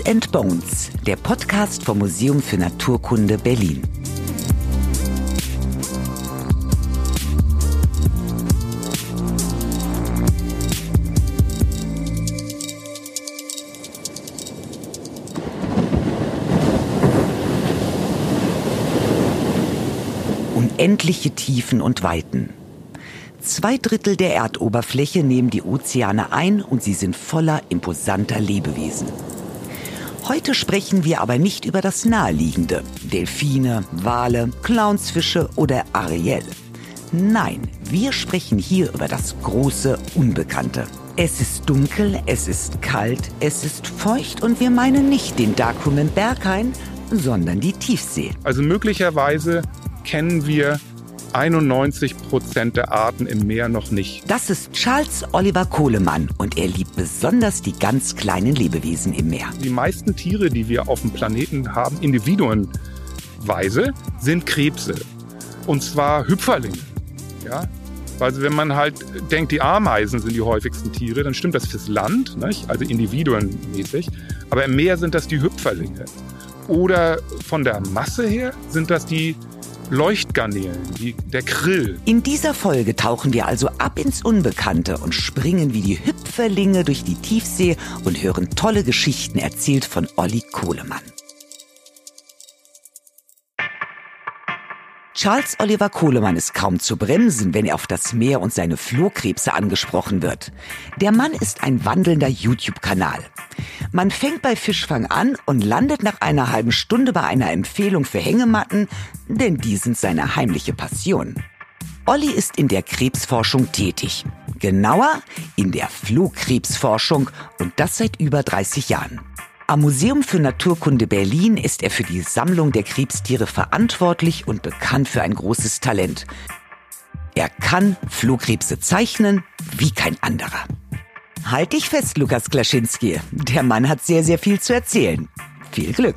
Beans and Bones, der Podcast vom Museum für Naturkunde Berlin. Unendliche Tiefen und Weiten. 2/3 der Erdoberfläche nehmen die Ozeane ein und sie sind voller imposanter Lebewesen. Heute sprechen wir aber nicht über das Naheliegende, Delfine, Wale, Clownsfische oder Ariel. Nein, wir sprechen hier über das große Unbekannte. Es ist dunkel, es ist kalt, es ist feucht und wir meinen nicht den Darkroom in Berghain, sondern die Tiefsee. Also möglicherweise kennen wir 91% der Arten im Meer noch nicht. Das ist Charles Oliver Coleman und er liebt besonders die ganz kleinen Lebewesen im Meer. Die meisten Tiere, die wir auf dem Planeten haben, individuenweise, sind Krebse. Und zwar Hüpferlinge. Ja? Also wenn man halt denkt, die Ameisen sind die häufigsten Tiere, dann stimmt das fürs Land, nicht? Also individuenmäßig. Aber im Meer sind das die Hüpferlinge. Oder von der Masse her sind das die Leuchtgarnelen, der Krill. In dieser Folge tauchen wir also ab ins Unbekannte und springen wie die Hüpferlinge durch die Tiefsee und hören tolle Geschichten erzählt von Olli Coleman. Charles Oliver Coleman ist kaum zu bremsen, wenn er auf das Meer und seine Flohkrebse angesprochen wird. Der Mann ist ein wandelnder YouTube-Kanal. Man fängt bei Fischfang an und landet nach einer halben Stunde bei einer Empfehlung für Hängematten, denn die sind seine heimliche Passion. Olli ist in der Krebsforschung tätig. Genauer in der Flohkrebsforschung und das seit über 30 Jahren. Am Museum für Naturkunde Berlin ist er für die Sammlung der Krebstiere verantwortlich und bekannt für ein großes Talent. Er kann Flohkrebse zeichnen wie kein anderer. Halt dich fest, Lukas Klaschinski. Der Mann hat sehr, sehr viel zu erzählen. Viel Glück.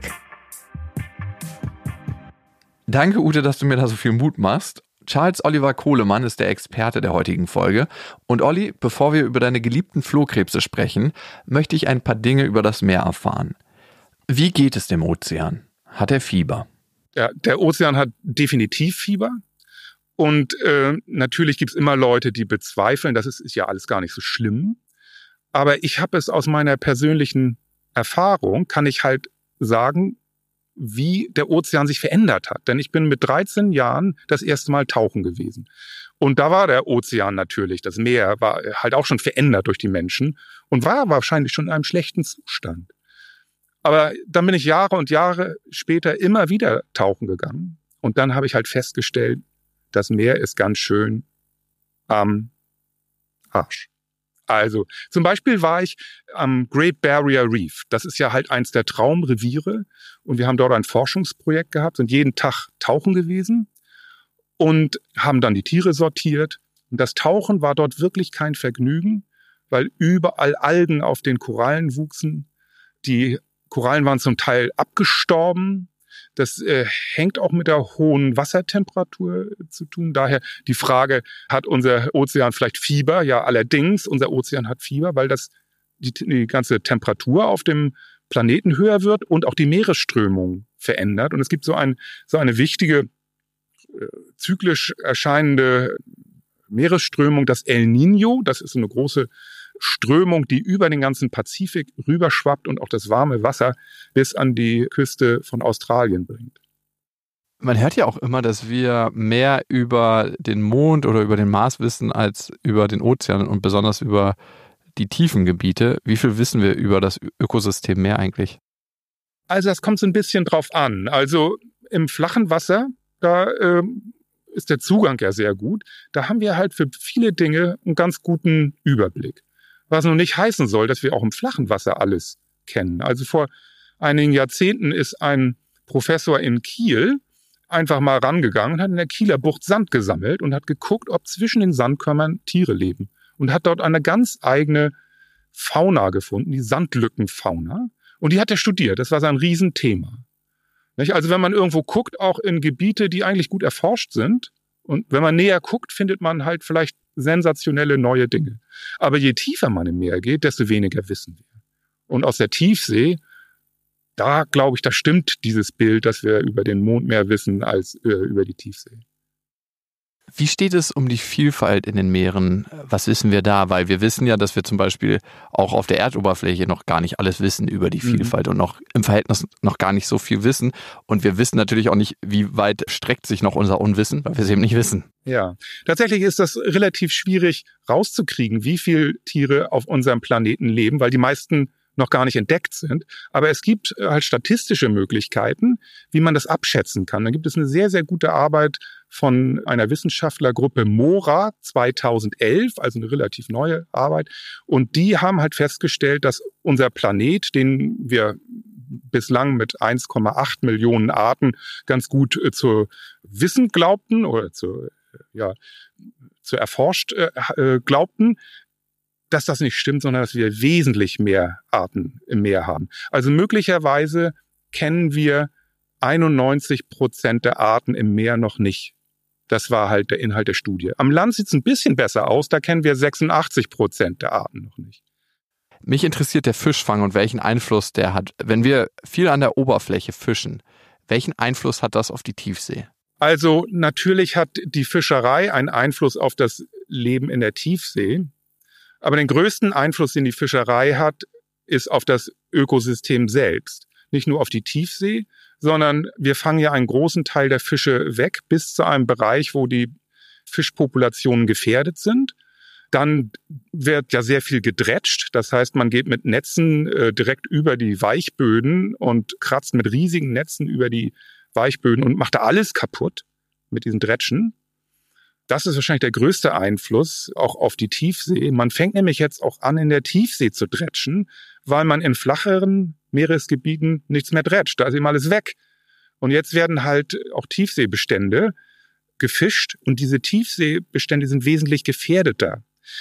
Danke, Ute, dass du mir da so viel Mut machst. Charles Oliver Coleman ist der Experte der heutigen Folge. Und Olli, bevor wir über deine geliebten Flohkrebse sprechen, möchte ich ein paar Dinge über das Meer erfahren. Wie geht es dem Ozean? Hat er Fieber? Ja, der Ozean hat definitiv Fieber. Und natürlich gibt es immer Leute, die bezweifeln, das ist ja alles gar nicht so schlimm. Aber ich habe es aus meiner persönlichen Erfahrung, kann ich halt sagen, wie der Ozean sich verändert hat. Denn ich bin mit 13 Jahren das erste Mal tauchen gewesen. Und da war der Ozean natürlich, das Meer war halt auch schon verändert durch die Menschen und war wahrscheinlich schon in einem schlechten Zustand. Aber dann bin ich Jahre und Jahre später immer wieder tauchen gegangen. Und dann habe ich halt festgestellt, das Meer ist ganz schön am Arsch. Also zum Beispiel war ich am Great Barrier Reef. Das ist ja halt eins der Traumreviere. Und wir haben dort ein Forschungsprojekt gehabt, sind jeden Tag tauchen gewesen und haben dann die Tiere sortiert. Und das Tauchen war dort wirklich kein Vergnügen, weil überall Algen auf den Korallen wuchsen. Die Korallen waren zum Teil abgestorben. Das hängt auch mit der hohen Wassertemperatur zu tun. Daher die Frage, hat unser Ozean vielleicht Fieber? Ja, allerdings, unser Ozean hat Fieber, weil die ganze Temperatur auf dem Planeten höher wird und auch die Meeresströmung verändert. Und es gibt so eine wichtige, zyklisch erscheinende Meeresströmung, das El Niño. Das ist so eine große Strömung, die über den ganzen Pazifik rüberschwappt und auch das warme Wasser bis an die Küste von Australien bringt. Man hört ja auch immer, dass wir mehr über den Mond oder über den Mars wissen als über den Ozean und besonders über die tiefen Gebiete. Wie viel wissen wir über das Ökosystem Meer eigentlich? Also das kommt so ein bisschen drauf an. Also im flachen Wasser, da ist der Zugang ja sehr gut. Da haben wir halt für viele Dinge einen ganz guten Überblick. Was noch nicht heißen soll, dass wir auch im flachen Wasser alles kennen. Also vor einigen Jahrzehnten ist ein Professor in Kiel einfach mal rangegangen und hat in der Kieler Bucht Sand gesammelt und hat geguckt, ob zwischen den Sandkörnern Tiere leben. Und hat dort eine ganz eigene Fauna gefunden, die Sandlückenfauna. Und die hat er studiert. Das war sein Riesenthema. Also wenn man irgendwo guckt, auch in Gebiete, die eigentlich gut erforscht sind, und wenn man näher guckt, findet man halt vielleicht sensationelle neue Dinge. Aber je tiefer man im Meer geht, desto weniger wissen wir. Und aus der Tiefsee da glaube ich, da stimmt dieses Bild, dass wir über den Mond mehr wissen als über die Tiefsee. Wie steht es um die Vielfalt in den Meeren? Was wissen wir da? Weil wir wissen ja, dass wir zum Beispiel auch auf der Erdoberfläche noch gar nicht alles wissen über die Vielfalt und noch im Verhältnis noch gar nicht so viel wissen. Und wir wissen natürlich auch nicht, wie weit streckt sich noch unser Unwissen, weil wir es eben nicht wissen. Ja, tatsächlich ist das relativ schwierig rauszukriegen, wie viele Tiere auf unserem Planeten leben, weil die meisten noch gar nicht entdeckt sind. Aber es gibt halt statistische Möglichkeiten, wie man das abschätzen kann. Da gibt es eine sehr, sehr gute Arbeit von einer Wissenschaftlergruppe MORA 2011, also eine relativ neue Arbeit. Und die haben halt festgestellt, dass unser Planet, den wir bislang mit 1,8 Millionen Arten ganz gut zu wissen glaubten oder zu erforscht glaubten, dass das nicht stimmt, sondern dass wir wesentlich mehr Arten im Meer haben. Also möglicherweise kennen wir 91% der Arten im Meer noch nicht. Das war halt der Inhalt der Studie. Am Land sieht es ein bisschen besser aus, da kennen wir 86% der Arten noch nicht. Mich interessiert der Fischfang und welchen Einfluss der hat. Wenn wir viel an der Oberfläche fischen, welchen Einfluss hat das auf die Tiefsee? Also natürlich hat die Fischerei einen Einfluss auf das Leben in der Tiefsee. Aber den größten Einfluss, den die Fischerei hat, ist auf das Ökosystem selbst. Nicht nur auf die Tiefsee, sondern wir fangen ja einen großen Teil der Fische weg bis zu einem Bereich, wo die Fischpopulationen gefährdet sind. Dann wird ja sehr viel gedrätscht. Das heißt, man geht mit Netzen direkt über die Weichböden und kratzt mit riesigen Netzen über die Weichböden und macht da alles kaputt mit diesen Drätschen. Das ist wahrscheinlich der größte Einfluss auch auf die Tiefsee. Man fängt nämlich jetzt auch an, in der Tiefsee zu drätschen, weil man in flacheren Meeresgebieten nichts mehr drätscht. Da ist eben alles weg. Und jetzt werden halt auch Tiefseebestände gefischt. Und diese Tiefseebestände sind wesentlich gefährdeter,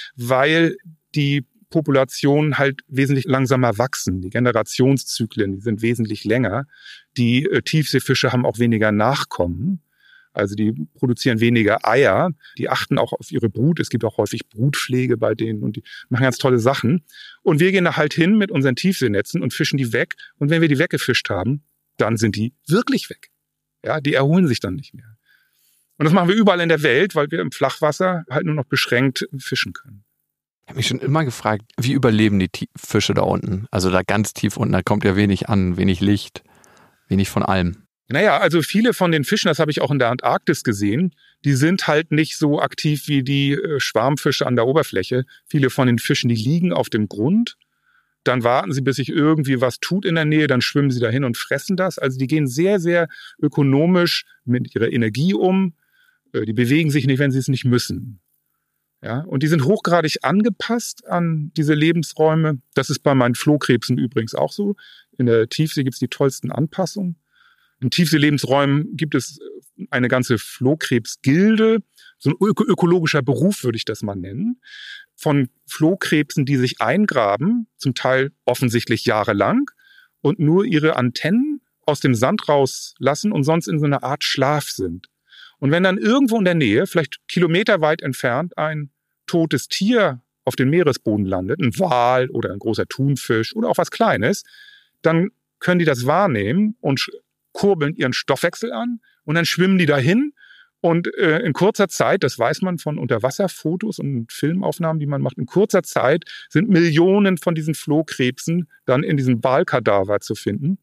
weil die Populationen halt wesentlich langsamer wachsen. Die Generationszyklen, die sind wesentlich länger. Die Tiefseefische haben auch weniger Nachkommen. Also die produzieren weniger Eier, die achten auch auf ihre Brut. Es gibt auch häufig Brutpflege bei denen und die machen ganz tolle Sachen. Und wir gehen da halt hin mit unseren Tiefseenetzen und fischen die weg. Und wenn wir die weggefischt haben, dann sind die wirklich weg. Ja, die erholen sich dann nicht mehr. Und das machen wir überall in der Welt, weil wir im Flachwasser halt nur noch beschränkt fischen können. Ich habe mich schon immer gefragt, wie überleben die Fische da unten? Also da ganz tief unten, da kommt ja wenig an, wenig Licht, wenig von allem. Naja, also viele von den Fischen, das habe ich auch in der Antarktis gesehen, die sind halt nicht so aktiv wie die Schwarmfische an der Oberfläche. Viele von den Fischen, die liegen auf dem Grund. Dann warten sie, bis sich irgendwie was tut in der Nähe, dann schwimmen sie dahin und fressen das. Also die gehen sehr, sehr ökonomisch mit ihrer Energie um. Die bewegen sich nicht, wenn sie es nicht müssen. Ja, und die sind hochgradig angepasst an diese Lebensräume. Das ist bei meinen Flohkrebsen übrigens auch so. In der Tiefsee gibt es die tollsten Anpassungen. In Tiefseelebensräumen gibt es eine ganze Flohkrebsgilde, so ein ökologischer Beruf würde ich das mal nennen, von Flohkrebsen, die sich eingraben, zum Teil offensichtlich jahrelang, und nur ihre Antennen aus dem Sand rauslassen und sonst in so einer Art Schlaf sind. Und wenn dann irgendwo in der Nähe, vielleicht kilometerweit entfernt, ein totes Tier auf dem Meeresboden landet, ein Wal oder ein großer Thunfisch oder auch was Kleines, dann können die das wahrnehmen und kurbeln ihren Stoffwechsel an und dann schwimmen die dahin und in kurzer Zeit, das weiß man von Unterwasserfotos und Filmaufnahmen, die man macht, in kurzer Zeit sind Millionen von diesen Flohkrebsen dann in diesem Walkadaver zu finden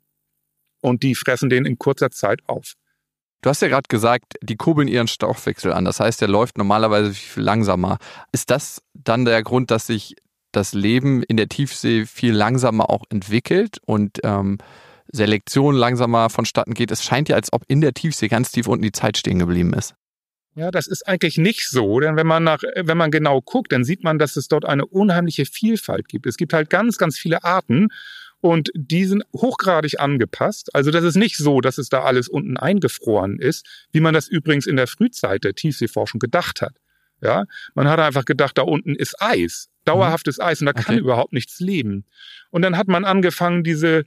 und die fressen den in kurzer Zeit auf. Du hast ja gerade gesagt, die kurbeln ihren Stoffwechsel an, das heißt, der läuft normalerweise viel langsamer. Ist das dann der Grund, dass sich das Leben in der Tiefsee viel langsamer auch entwickelt und Selektion langsamer vonstatten geht? Es scheint ja, als ob in der Tiefsee ganz tief unten die Zeit stehen geblieben ist. Ja, das ist eigentlich nicht so, denn wenn man genau guckt, dann sieht man, dass es dort eine unheimliche Vielfalt gibt. Es gibt halt ganz, ganz viele Arten und die sind hochgradig angepasst. Also das ist nicht so, dass es da alles unten eingefroren ist, wie man das übrigens in der Frühzeit der Tiefseeforschung gedacht hat. Ja, man hat einfach gedacht, da unten ist Eis, dauerhaftes Eis und da kann überhaupt nichts leben. Und dann hat man angefangen, diese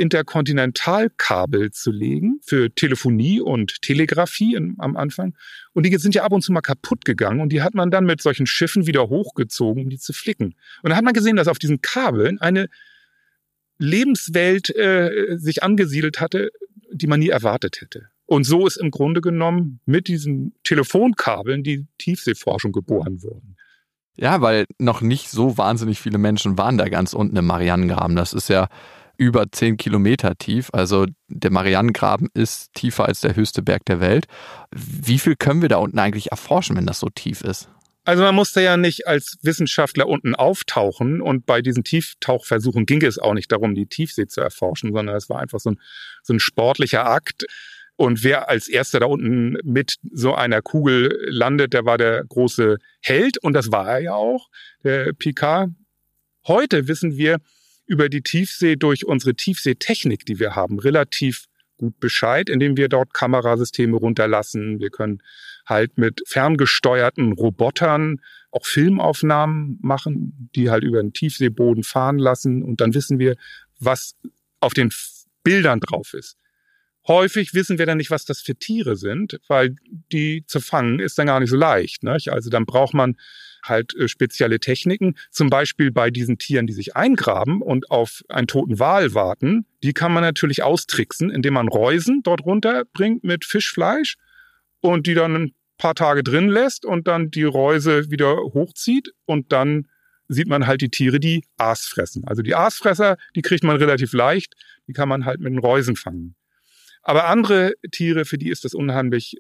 Interkontinentalkabel zu legen für Telefonie und Telegrafie am Anfang. Und die sind ja ab und zu mal kaputt gegangen und die hat man dann mit solchen Schiffen wieder hochgezogen, um die zu flicken. Und dann hat man gesehen, dass auf diesen Kabeln eine Lebenswelt sich angesiedelt hatte, die man nie erwartet hätte. Und so ist im Grunde genommen mit diesen Telefonkabeln die Tiefseeforschung geboren worden. Ja, weil noch nicht so wahnsinnig viele Menschen waren da ganz unten im Marianengraben. Das ist ja über 10 Kilometer tief. Also der Marianengraben ist tiefer als der höchste Berg der Welt. Wie viel können wir da unten eigentlich erforschen, wenn das so tief ist? Also man musste ja nicht als Wissenschaftler unten auftauchen und bei diesen Tieftauchversuchen ging es auch nicht darum, die Tiefsee zu erforschen, sondern es war einfach so ein sportlicher Akt. Und wer als Erster da unten mit so einer Kugel landet, der war der große Held. Und das war er ja auch, der Picard. Heute wissen wir über die Tiefsee durch unsere Tiefseetechnik, die wir haben, relativ gut Bescheid, indem wir dort Kamerasysteme runterlassen. Wir können halt mit ferngesteuerten Robotern auch Filmaufnahmen machen, die halt über den Tiefseeboden fahren lassen. Und dann wissen wir, was auf den Bildern drauf ist. Häufig wissen wir dann nicht, was das für Tiere sind, weil die zu fangen ist dann gar nicht so leicht. Nicht? Also dann braucht man halt spezielle Techniken, zum Beispiel bei diesen Tieren, die sich eingraben und auf einen toten Wal warten. Die kann man natürlich austricksen, indem man Reusen dort runterbringt mit Fischfleisch und die dann ein paar Tage drin lässt und dann die Reuse wieder hochzieht und dann sieht man halt die Tiere, die Aas fressen. Also die Aasfresser, die kriegt man relativ leicht, die kann man halt mit den Reusen fangen. Aber andere Tiere, für die ist das unheimlich,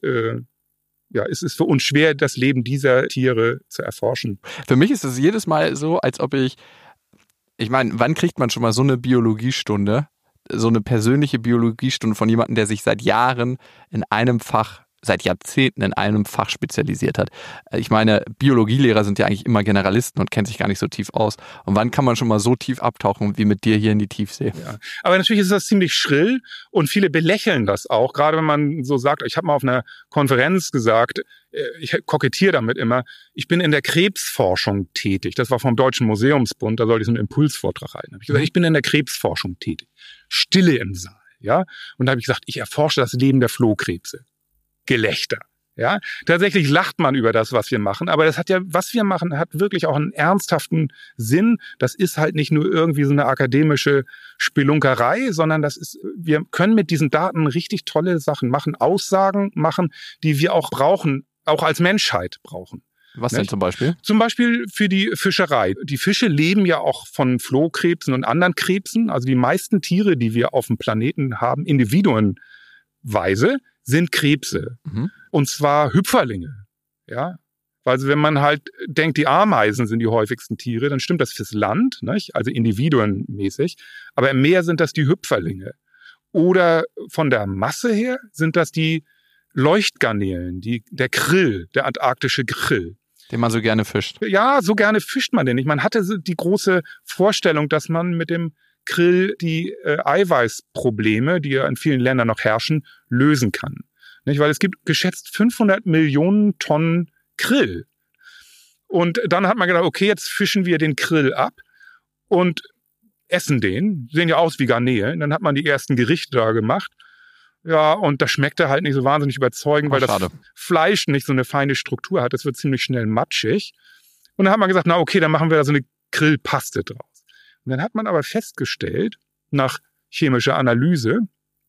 es ist für uns schwer, das Leben dieser Tiere zu erforschen. Für mich ist es jedes Mal so, als ob ich meine, wann kriegt man schon mal so eine Biologiestunde, so eine persönliche Biologiestunde von jemandem, der sich seit Jahren seit Jahrzehnten in einem Fach spezialisiert hat. Ich meine, Biologielehrer sind ja eigentlich immer Generalisten und kennen sich gar nicht so tief aus. Und wann kann man schon mal so tief abtauchen wie mit dir hier in die Tiefsee? Ja. Aber natürlich ist das ziemlich schrill und viele belächeln das auch. Gerade wenn man so sagt, ich habe mal auf einer Konferenz gesagt, ich kokettiere damit immer, ich bin in der Krebsforschung tätig. Das war vom Deutschen Museumsbund, da sollte ich so einen Impulsvortrag halten. Da habe ich gesagt, ich bin in der Krebsforschung tätig. Stille im Saal. Ja? Und da habe ich gesagt, ich erforsche das Leben der Flohkrebse. Gelächter. Ja, tatsächlich lacht man über das, was wir machen, aber was wir machen, hat wirklich auch einen ernsthaften Sinn. Das ist halt nicht nur irgendwie so eine akademische Spelunkerei, sondern wir können mit diesen Daten richtig tolle Sachen machen, Aussagen machen, die wir auch brauchen, auch als Menschheit brauchen. Was denn zum Beispiel? Zum Beispiel für die Fischerei. Die Fische leben ja auch von Flohkrebsen und anderen Krebsen. Also die meisten Tiere, die wir auf dem Planeten haben, individuenweise, sind Krebse. Mhm. Und zwar Hüpferlinge. Ja? Also wenn man halt denkt, die Ameisen sind die häufigsten Tiere, dann stimmt das fürs Land, nicht? Also individuenmäßig. Aber im Meer sind das die Hüpferlinge. Oder von der Masse her sind das die Leuchtgarnelen, der Krill, der antarktische Krill. Den man so gerne fischt. Ja, so gerne fischt man den nicht. Man hatte die große Vorstellung, dass man mit dem Krill die Eiweißprobleme, die ja in vielen Ländern noch herrschen, lösen kann. Nicht? Weil es gibt geschätzt 500 Millionen Tonnen Krill. Und dann hat man gedacht, okay, jetzt fischen wir den Krill ab und essen den. Sehen ja aus wie Garnelen. Dann hat man die ersten Gerichte da gemacht. Ja, und das schmeckte halt nicht so wahnsinnig überzeugend, weil das Fleisch nicht so eine feine Struktur hat. Das wird ziemlich schnell matschig. Und dann hat man gesagt, na okay, dann machen wir da so eine Grillpaste draus. Und dann hat man aber festgestellt, nach chemischer Analyse,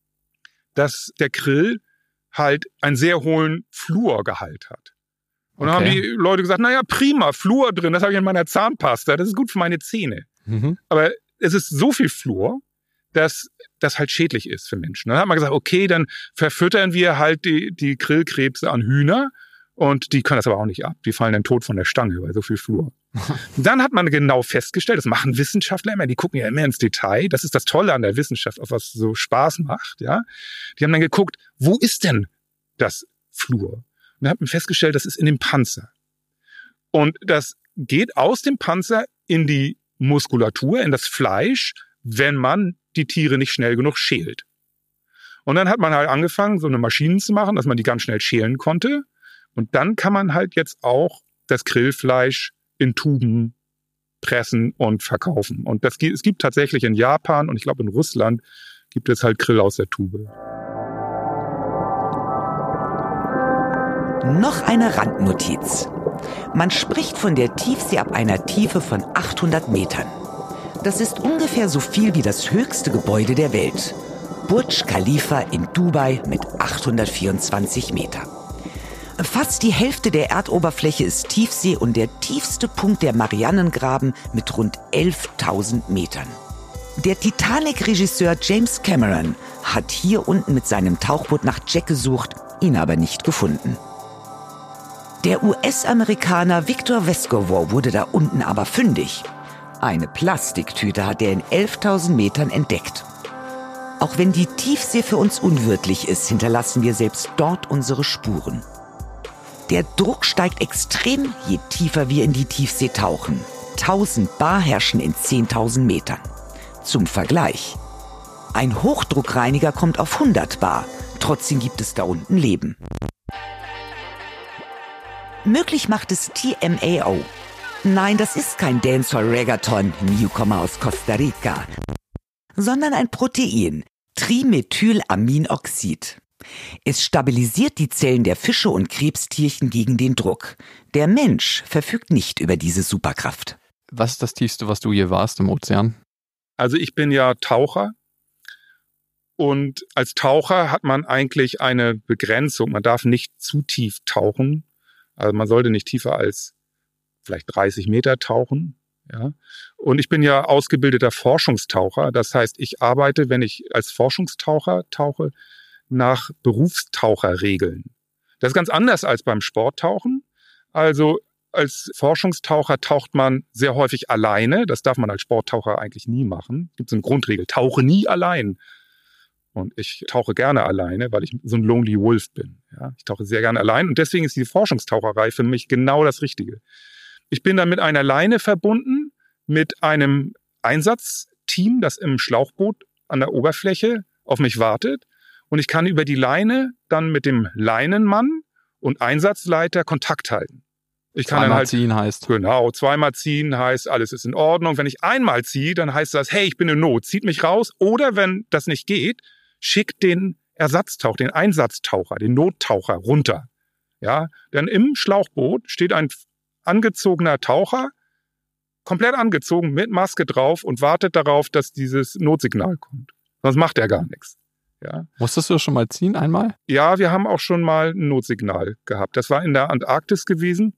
dass der Krill halt einen sehr hohen Fluorgehalt hat. Und dann haben die Leute gesagt, naja, prima, Fluor drin, das habe ich in meiner Zahnpasta, das ist gut für meine Zähne. Mhm. Aber es ist so viel Fluor, dass das halt schädlich ist für Menschen. Dann hat man gesagt, okay, dann verfüttern wir halt die Grillkrebse an Hühner und die können das aber auch nicht ab. Die fallen dann tot von der Stange, weil so viel Fluor. Dann hat man genau festgestellt, das machen Wissenschaftler immer, die gucken ja immer ins Detail. Das ist das Tolle an der Wissenschaft, auch was so Spaß macht. Ja, die haben dann geguckt, wo ist denn das Fluor? Und dann hat man festgestellt, das ist in dem Panzer. Und das geht aus dem Panzer in die Muskulatur, in das Fleisch, wenn man die Tiere nicht schnell genug schält. Und dann hat man halt angefangen, so eine Maschine zu machen, dass man die ganz schnell schälen konnte. Und dann kann man halt jetzt auch das Grillfleisch in Tuben pressen und verkaufen. Und es gibt tatsächlich in Japan und ich glaube in Russland gibt es halt Grill aus der Tube. Noch eine Randnotiz. Man spricht von der Tiefsee ab einer Tiefe von 800 Metern. Das ist ungefähr so viel wie das höchste Gebäude der Welt. Burj Khalifa in Dubai mit 824 Meter. Fast die Hälfte der Erdoberfläche ist Tiefsee und der tiefste Punkt der Marianengraben mit rund 11.000 Metern. Der Titanic-Regisseur James Cameron hat hier unten mit seinem Tauchboot nach Jack gesucht, ihn aber nicht gefunden. Der US-Amerikaner Victor Vescovo wurde da unten aber fündig. Eine Plastiktüte hat er in 11.000 Metern entdeckt. Auch wenn die Tiefsee für uns unwirtlich ist, hinterlassen wir selbst dort unsere Spuren. Der Druck steigt extrem, je tiefer wir in die Tiefsee tauchen. 1000 Bar herrschen in 10.000 Metern. Zum Vergleich: ein Hochdruckreiniger kommt auf 100 Bar. Trotzdem gibt es da unten Leben. Möglich macht es TMAO. Nein, das ist kein Dancehall-Reggaeton-Newcomer aus Costa Rica, sondern ein Protein, Trimethylaminoxid. Es stabilisiert die Zellen der Fische und Krebstierchen gegen den Druck. Der Mensch verfügt nicht über diese Superkraft. Was ist das Tiefste, was du je warst im Ozean? Also ich bin ja Taucher und als Taucher hat man eigentlich eine Begrenzung. Man darf nicht zu tief tauchen. Also man sollte nicht tiefer als vielleicht 30 Meter tauchen. Ja. Und ich bin ja ausgebildeter Forschungstaucher. Das heißt, ich arbeite, wenn ich als Forschungstaucher tauche, nach Berufstaucherregeln. Das ist ganz anders als beim Sporttauchen. Also als Forschungstaucher taucht man sehr häufig alleine. Das darf man als Sporttaucher eigentlich nie machen. Es gibt so eine Grundregel: tauche nie allein. Und ich tauche gerne alleine, weil ich so ein Lonely Wolf bin. Ja, ich tauche sehr gerne allein und deswegen ist die Forschungstaucherei für mich genau das Richtige. Ich bin dann mit einer Leine verbunden, mit einem Einsatzteam, das im Schlauchboot an der Oberfläche auf mich wartet. Und ich kann über die Leine dann mit dem Leinenmann und Einsatzleiter Kontakt halten. Ich kann zweimal dann halt ziehen heißt. Genau, zweimal ziehen heißt, alles ist in Ordnung. Wenn ich einmal ziehe, dann heißt das, hey, ich bin in Not, zieht mich raus. Oder wenn das nicht geht, schickt den Ersatztaucher, den Einsatztaucher, den Nottaucher runter. Ja, denn im Schlauchboot steht ein angezogener Taucher, komplett angezogen, mit Maske drauf und wartet darauf, dass dieses Notsignal kommt. Sonst macht er gar nichts. Ja. Musstest du schon mal ziehen einmal? Ja, wir haben auch schon mal ein Notsignal gehabt. Das war in der Antarktis gewesen.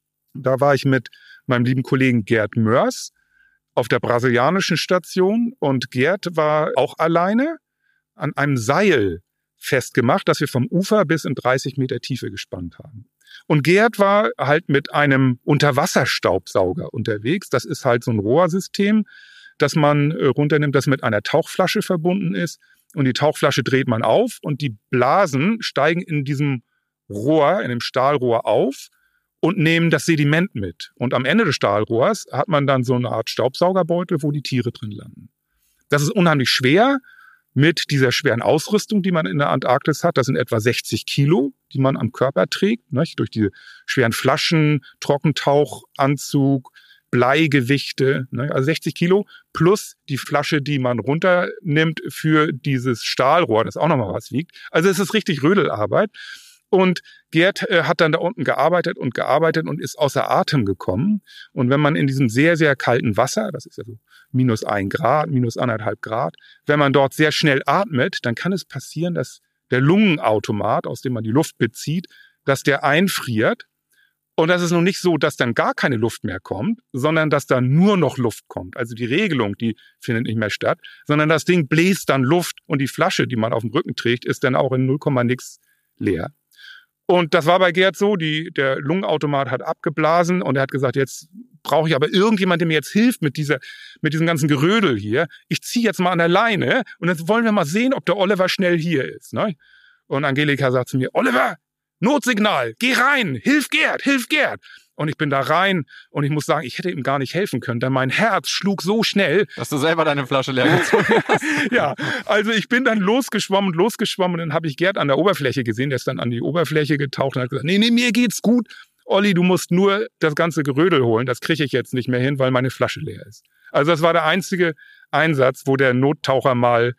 Da war ich mit meinem lieben Kollegen Gerd Mörs auf der brasilianischen Station und Gerd war auch alleine an einem Seil festgemacht, das wir vom Ufer bis in 30 Meter Tiefe gespannt haben. Und Gerd war halt mit einem Unterwasserstaubsauger unterwegs. Das ist halt so ein Rohrsystem, das man runternimmt, das mit einer Tauchflasche verbunden ist. Und die Tauchflasche dreht man auf und die Blasen steigen in diesem Rohr, in dem Stahlrohr auf und nehmen das Sediment mit. Und am Ende des Stahlrohrs hat man dann so eine Art Staubsaugerbeutel, wo die Tiere drin landen. Das ist unheimlich schwer mit dieser schweren Ausrüstung, die man in der Antarktis hat. Das sind etwa 60 Kilo, die man am Körper trägt, nicht? Durch die schweren Flaschen, Trockentauchanzug, Bleigewichte, ne? Also 60 Kilo plus die Flasche, die man runternimmt für dieses Stahlrohr, das auch nochmal was wiegt. Also es ist richtig Rödelarbeit. Und Gerd hat dann da unten gearbeitet und ist außer Atem gekommen. Und wenn man in diesem sehr, sehr kalten Wasser, das ist ja so -1 Grad, -1,5 Grad, wenn man dort sehr schnell atmet, dann kann es passieren, dass der Lungenautomat, aus dem man die Luft bezieht, dass der einfriert. Und das ist noch nicht so, dass dann gar keine Luft mehr kommt, sondern dass dann nur noch Luft kommt. Also die Regelung, die findet nicht mehr statt, sondern das Ding bläst dann Luft und die Flasche, die man auf dem Rücken trägt, ist dann auch in 0, nix leer. Und das war bei Gerd so, der Lungenautomat hat abgeblasen und er hat gesagt, jetzt brauche ich aber irgendjemand, der mir jetzt hilft mit diesem ganzen Gerödel hier. Ich ziehe jetzt mal an der Leine und jetzt wollen wir mal sehen, ob der Oliver schnell hier ist. Ne? Und Angelika sagt zu mir, Oliver, Notsignal, geh rein, hilf Gerd. Und ich bin da rein und ich muss sagen, ich hätte ihm gar nicht helfen können, denn mein Herz schlug so schnell. Dass du selber deine Flasche leer gezogen hast. Ja, also ich bin dann losgeschwommen und dann habe ich Gerd an der Oberfläche gesehen, der ist dann an die Oberfläche getaucht und hat gesagt, nee, mir geht's gut. Olli, du musst nur das ganze Gerödel holen, das kriege ich jetzt nicht mehr hin, weil meine Flasche leer ist. Also das war der einzige Einsatz, wo der Nottaucher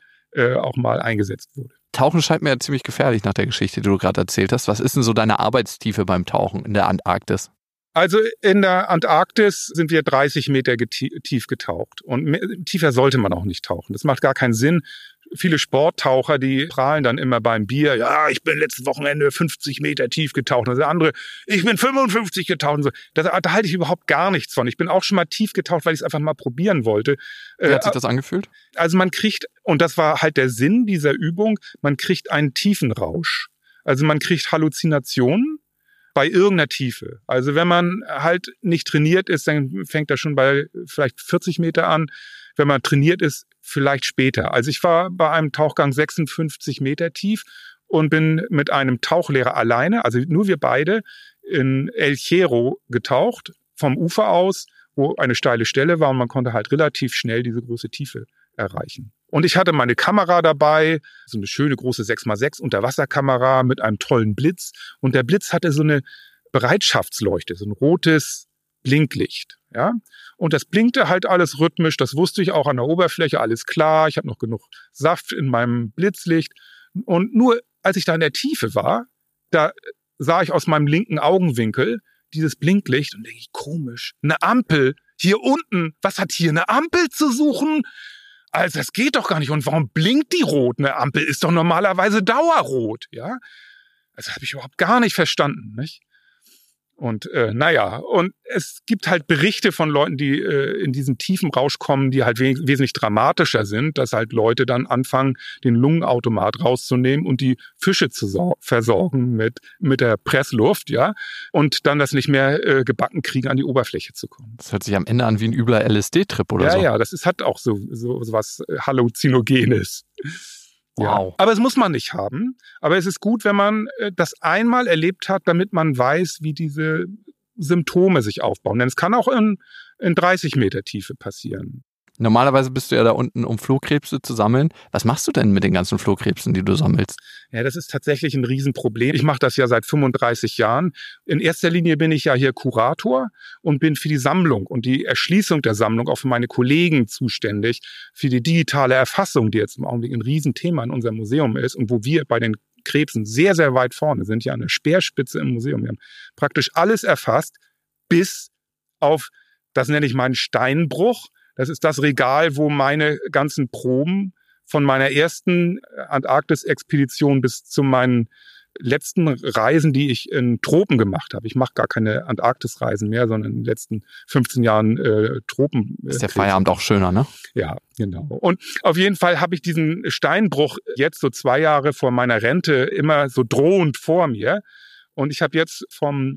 auch mal eingesetzt wurde. Tauchen scheint mir ja ziemlich gefährlich nach der Geschichte, die du gerade erzählt hast. Was ist denn so deine Arbeitstiefe beim Tauchen in der Antarktis? Also in der Antarktis sind wir 30 Meter tief getaucht. Und tiefer sollte man auch nicht tauchen. Das macht gar keinen Sinn. Viele Sporttaucher, die prahlen dann immer beim Bier, ja, ich bin letztes Wochenende 50 Meter tief getaucht. Und der andere, ich bin 55 getaucht. Und so. Da halte ich überhaupt gar nichts von. Ich bin auch schon mal tief getaucht, weil ich es einfach mal probieren wollte. Wie hat sich das angefühlt? Also man kriegt, und das war halt der Sinn dieser Übung, man kriegt einen Tiefenrausch. Also man kriegt Halluzinationen bei irgendeiner Tiefe. Also wenn man halt nicht trainiert ist, dann fängt das schon bei vielleicht 40 Meter an. Wenn man trainiert ist, vielleicht später. Also ich war bei einem Tauchgang 56 Meter tief und bin mit einem Tauchlehrer alleine, also nur wir beide, in El Hierro getaucht, vom Ufer aus, wo eine steile Stelle war und man konnte halt relativ schnell diese große Tiefe erreichen. Und ich hatte meine Kamera dabei, so eine schöne große 6x6 Unterwasserkamera mit einem tollen Blitz. Und der Blitz hatte so eine Bereitschaftsleuchte, so ein rotes Blinklicht. Ja? Und das blinkte halt alles rhythmisch. Das wusste ich auch an der Oberfläche, alles klar. Ich habe noch genug Saft in meinem Blitzlicht. Und nur als ich da in der Tiefe war, da sah ich aus meinem linken Augenwinkel dieses Blinklicht und denke ich, komisch, eine Ampel hier unten. Was hat hier eine Ampel zu suchen? Also das geht doch gar nicht. Und warum blinkt die rot? Eine Ampel ist doch normalerweise dauerrot, ja? Also habe ich überhaupt gar nicht verstanden, nicht? Und und es gibt halt Berichte von Leuten, die in diesen tiefen Rausch kommen, die halt wesentlich dramatischer sind, dass halt Leute dann anfangen, den Lungenautomat rauszunehmen und die Fische zu versorgen mit der Pressluft, ja, und dann das nicht mehr gebacken kriegen, an die Oberfläche zu kommen. Das hört sich am Ende an wie ein übler LSD-Trip oder so. Ja, das hat auch so was Halluzinogenes. Wow. Ja. Aber es muss man nicht haben. Aber es ist gut, wenn man das einmal erlebt hat, damit man weiß, wie diese Symptome sich aufbauen. Denn es kann auch in 30 Meter Tiefe passieren. Normalerweise bist du ja da unten, um Flohkrebse zu sammeln. Was machst du denn mit den ganzen Flohkrebsen, die du sammelst? Ja, das ist tatsächlich ein Riesenproblem. Ich mache das ja seit 35 Jahren. In erster Linie bin ich ja hier Kurator und bin für die Sammlung und die Erschließung der Sammlung auch für meine Kollegen zuständig, für die digitale Erfassung, die jetzt im Augenblick ein Riesenthema in unserem Museum ist und wo wir bei den Krebsen sehr, sehr weit vorne sind, ja an der Speerspitze im Museum. Wir haben praktisch alles erfasst, bis auf, das nenne ich meinen Steinbruch. Das ist das Regal, wo meine ganzen Proben von meiner ersten Antarktis-Expedition bis zu meinen letzten Reisen, die ich in Tropen gemacht habe. Ich mache gar keine Antarktis-Reisen mehr, sondern in den letzten 15 Jahren Tropen. Ist der Feierabend auch schöner, ne? Ja, genau. Und auf jeden Fall habe ich diesen Steinbruch jetzt so 2 Jahre vor meiner Rente immer so drohend vor mir. Und ich habe jetzt vom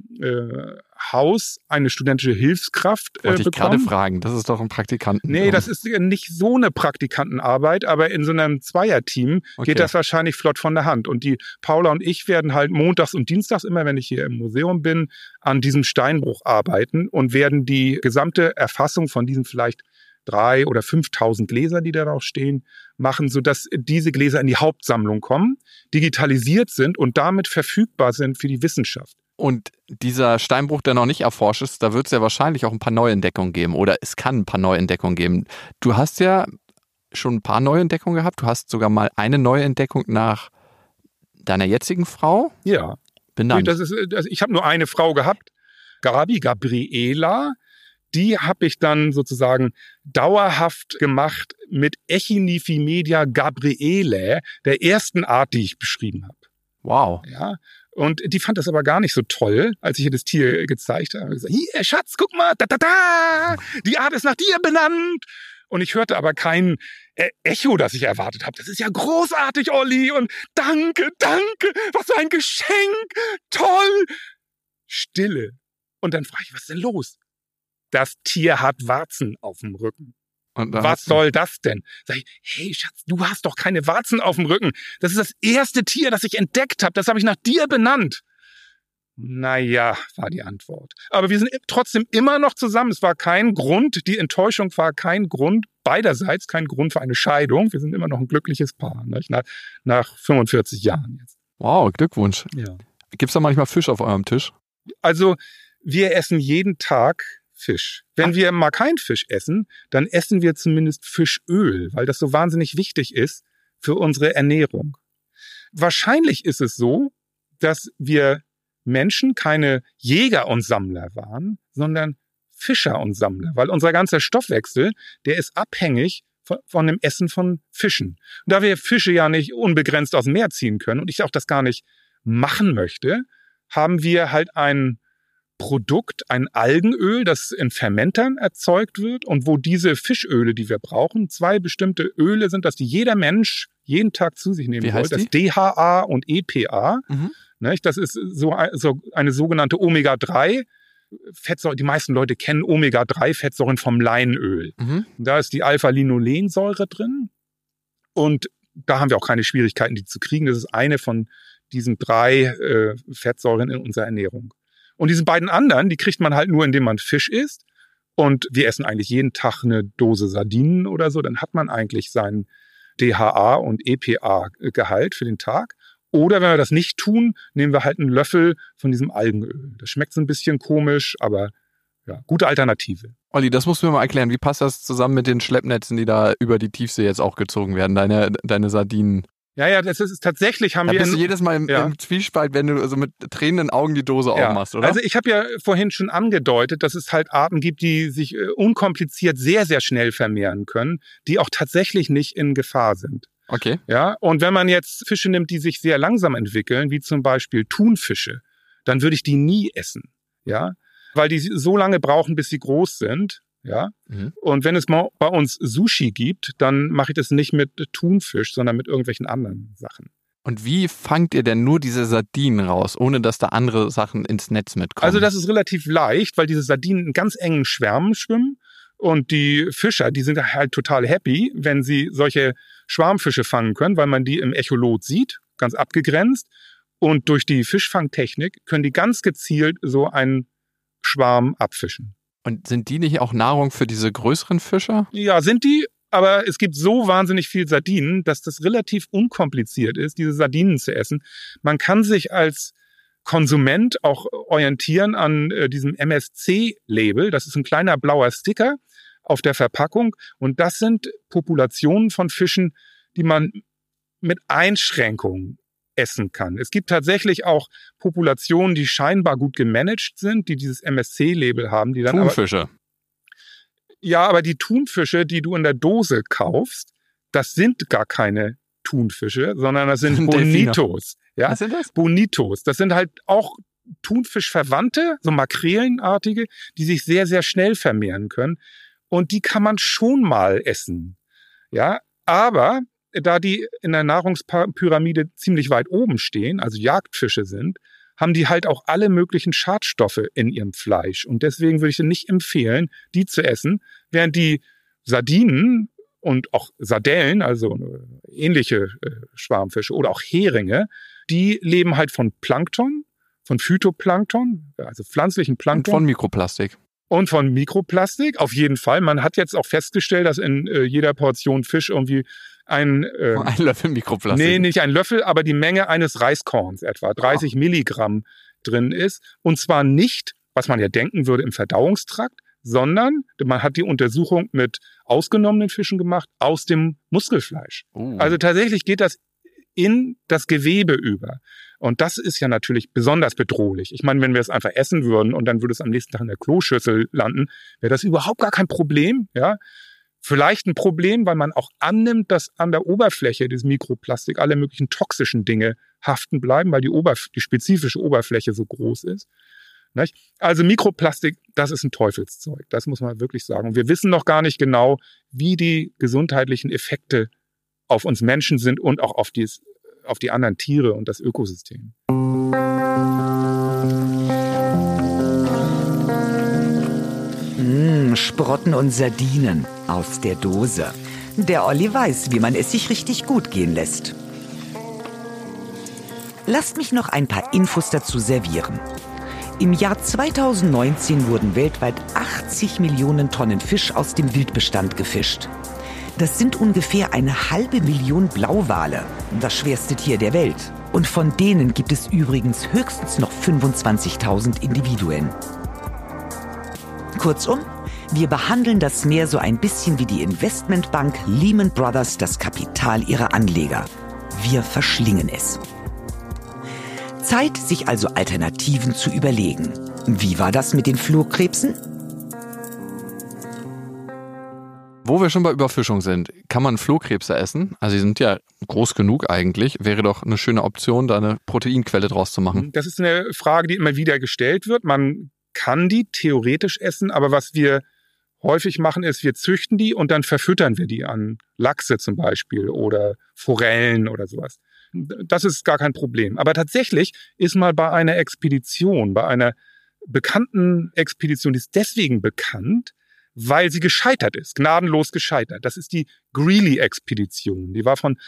Haus eine studentische Hilfskraft Wollte ich bekommen. gerade fragen, das ist doch ein Praktikanten. Nee, das ist nicht so eine Praktikantenarbeit, aber in so einem Zweierteam geht das wahrscheinlich flott von der Hand. Und die Paula und ich werden halt montags und dienstags, immer wenn ich hier im Museum bin, an diesem Steinbruch arbeiten und werden die gesamte Erfassung von diesen vielleicht 3.000 oder 5.000 Gläsern, die da noch stehen, machen, sodass diese Gläser in die Hauptsammlung kommen, digitalisiert sind und damit verfügbar sind für die Wissenschaft. Und dieser Steinbruch, der noch nicht erforscht ist, da wird es ja wahrscheinlich auch ein paar Neuentdeckungen geben oder es kann ein paar Neuentdeckungen geben. Du hast ja schon ein paar Neuentdeckungen gehabt. Du hast sogar mal eine Neuentdeckung nach deiner jetzigen Frau benannt. Ich habe nur eine Frau gehabt, Gabriela. Die habe ich dann sozusagen dauerhaft gemacht mit Echiniphimedia gabrielae, der ersten Art, die ich beschrieben habe. Wow. Ja. Und die fand das aber gar nicht so toll, als ich ihr das Tier gezeigt habe. Ich gesagt, hier, Schatz, guck mal, die Art ist nach dir benannt. Und ich hörte aber kein Echo, das ich erwartet habe. Das ist ja großartig, Olli. Und danke, was für ein Geschenk. Toll. Stille. Und dann frage ich, was ist denn los? Das Tier hat Warzen auf dem Rücken. Was soll das denn? Sag ich, hey Schatz, du hast doch keine Warzen auf dem Rücken. Das ist das erste Tier, das ich entdeckt habe. Das habe ich nach dir benannt. Naja, war die Antwort. Aber wir sind trotzdem immer noch zusammen. Es war kein Grund, die Enttäuschung war kein Grund, beiderseits kein Grund für eine Scheidung. Wir sind immer noch ein glückliches Paar, nicht? Nach 45 Jahren jetzt. Wow, Glückwunsch. Ja. Gibt's da manchmal Fisch auf eurem Tisch? Also, wir essen jeden Tag Fisch. Wenn wir mal keinen Fisch essen, dann essen wir zumindest Fischöl, weil das so wahnsinnig wichtig ist für unsere Ernährung. Wahrscheinlich ist es so, dass wir Menschen keine Jäger und Sammler waren, sondern Fischer und Sammler. Weil unser ganzer Stoffwechsel, der ist abhängig von dem Essen von Fischen. Und da wir Fische ja nicht unbegrenzt aus dem Meer ziehen können und ich auch das gar nicht machen möchte, haben wir halt ein Produkt, ein Algenöl, das in Fermentern erzeugt wird und wo diese Fischöle, die wir brauchen, 2 bestimmte Öle sind, dass die jeder Mensch jeden Tag zu sich nehmen soll. Das DHA und EPA. Das ist so eine sogenannte Omega-3-Fettsäure. Die meisten Leute kennen Omega-3-Fettsäuren vom Leinöl. Da ist die Alpha-Linolensäure drin und da haben wir auch keine Schwierigkeiten, die zu kriegen. Das ist eine von diesen 3 Fettsäuren in unserer Ernährung. Und diese beiden anderen, die kriegt man halt nur, indem man Fisch isst. Und wir essen eigentlich jeden Tag eine Dose Sardinen oder so. Dann hat man eigentlich seinen DHA und EPA-Gehalt für den Tag. Oder wenn wir das nicht tun, nehmen wir halt einen Löffel von diesem Algenöl. Das schmeckt so ein bisschen komisch, aber ja, gute Alternative. Olli, das musst du mir mal erklären. Wie passt das zusammen mit den Schleppnetzen, die da über die Tiefsee jetzt auch gezogen werden, deine Sardinen? Ja, das ist tatsächlich, haben wir... Da bist du jedes Mal im Zwiespalt, wenn du also mit tränenden Augen die Dose aufmachst, oder? Also ich habe ja vorhin schon angedeutet, dass es halt Arten gibt, die sich unkompliziert sehr, sehr schnell vermehren können, die auch tatsächlich nicht in Gefahr sind. Okay. Ja, und wenn man jetzt Fische nimmt, die sich sehr langsam entwickeln, wie zum Beispiel Thunfische, dann würde ich die nie essen, ja, weil die so lange brauchen, bis sie groß sind. Ja. Und wenn es mal bei uns Sushi gibt, dann mache ich das nicht mit Thunfisch, sondern mit irgendwelchen anderen Sachen. Und wie fangt ihr denn nur diese Sardinen raus, ohne dass da andere Sachen ins Netz mitkommen? Also das ist relativ leicht, weil diese Sardinen in ganz engen Schwärmen schwimmen und die Fischer, die sind halt total happy, wenn sie solche Schwarmfische fangen können, weil man die im Echolot sieht, ganz abgegrenzt. Und durch die Fischfangtechnik können die ganz gezielt so einen Schwarm abfischen. Und sind die nicht auch Nahrung für diese größeren Fische? Ja, sind die, aber es gibt so wahnsinnig viel Sardinen, dass das relativ unkompliziert ist, diese Sardinen zu essen. Man kann sich als Konsument auch orientieren an diesem MSC-Label. Das ist ein kleiner blauer Sticker auf der Verpackung. Und das sind Populationen von Fischen, die man mit Einschränkungen essen kann. Es gibt tatsächlich auch Populationen, die scheinbar gut gemanagt sind, die dieses MSC-Label haben. Die dann Thunfische. Aber die Thunfische, die du in der Dose kaufst, das sind gar keine Thunfische, sondern das sind Bonitos. Ja? Was sind das? Bonitos. Das sind halt auch Thunfischverwandte, so Makrelenartige, die sich sehr, sehr schnell vermehren können. Und die kann man schon mal essen. Ja, aber da die in der Nahrungspyramide ziemlich weit oben stehen, also Jagdfische sind, haben die halt auch alle möglichen Schadstoffe in ihrem Fleisch. Und deswegen würde ich dir nicht empfehlen, die zu essen, während die Sardinen und auch Sardellen, also ähnliche Schwarmfische oder auch Heringe, die leben halt von Plankton, von Phytoplankton, also pflanzlichen Plankton. Und von Mikroplastik. Und von Mikroplastik, auf jeden Fall. Man hat jetzt auch festgestellt, dass in jeder Portion Fisch irgendwie ein Löffel Mikroplastik. Nee, nicht ein Löffel, aber die Menge eines Reiskorns etwa, 30 Milligramm drin ist. Und zwar nicht, was man ja denken würde, im Verdauungstrakt, sondern man hat die Untersuchung mit ausgenommenen Fischen gemacht aus dem Muskelfleisch. Also tatsächlich geht das in das Gewebe über. Und das ist ja natürlich besonders bedrohlich. Ich meine, wenn wir es einfach essen würden und dann würde es am nächsten Tag in der Kloschüssel landen, wäre das überhaupt gar kein Problem, ja. Vielleicht ein Problem, weil man auch annimmt, dass an der Oberfläche des Mikroplastik alle möglichen toxischen Dinge haften bleiben, weil die spezifische Oberfläche so groß ist. Nicht? Also Mikroplastik, das ist ein Teufelszeug. Das muss man wirklich sagen. Und wir wissen noch gar nicht genau, wie die gesundheitlichen Effekte auf uns Menschen sind und auch auf die anderen Tiere und das Ökosystem. Sprotten und Sardinen aus der Dose. Der Olli weiß, wie man es sich richtig gut gehen lässt. Lasst mich noch ein paar Infos dazu servieren. Im Jahr 2019 wurden weltweit 80 Millionen Tonnen Fisch aus dem Wildbestand gefischt. Das sind ungefähr 500.000 Blauwale, das schwerste Tier der Welt. Und von denen gibt es übrigens höchstens noch 25.000 Individuen. Kurzum, wir behandeln das Meer so ein bisschen wie die Investmentbank Lehman Brothers das Kapital ihrer Anleger. Wir verschlingen es. Zeit, sich also Alternativen zu überlegen. Wie war das mit den Flohkrebsen? Wo wir schon bei Überfischung sind, kann man Flohkrebse essen? Also die sind ja groß genug eigentlich. Wäre doch eine schöne Option, da eine Proteinquelle draus zu machen. Das ist eine Frage, die immer wieder gestellt wird. Man kann die theoretisch essen, aber was wir häufig machen, ist, wir züchten die und dann verfüttern wir die an Lachse zum Beispiel oder Forellen oder sowas. Das ist gar kein Problem. Aber tatsächlich ist mal bei einer Expedition, bei einer bekannten Expedition, die ist deswegen bekannt, weil sie gescheitert ist, gnadenlos gescheitert. Das ist die Greely-Expedition. Die war von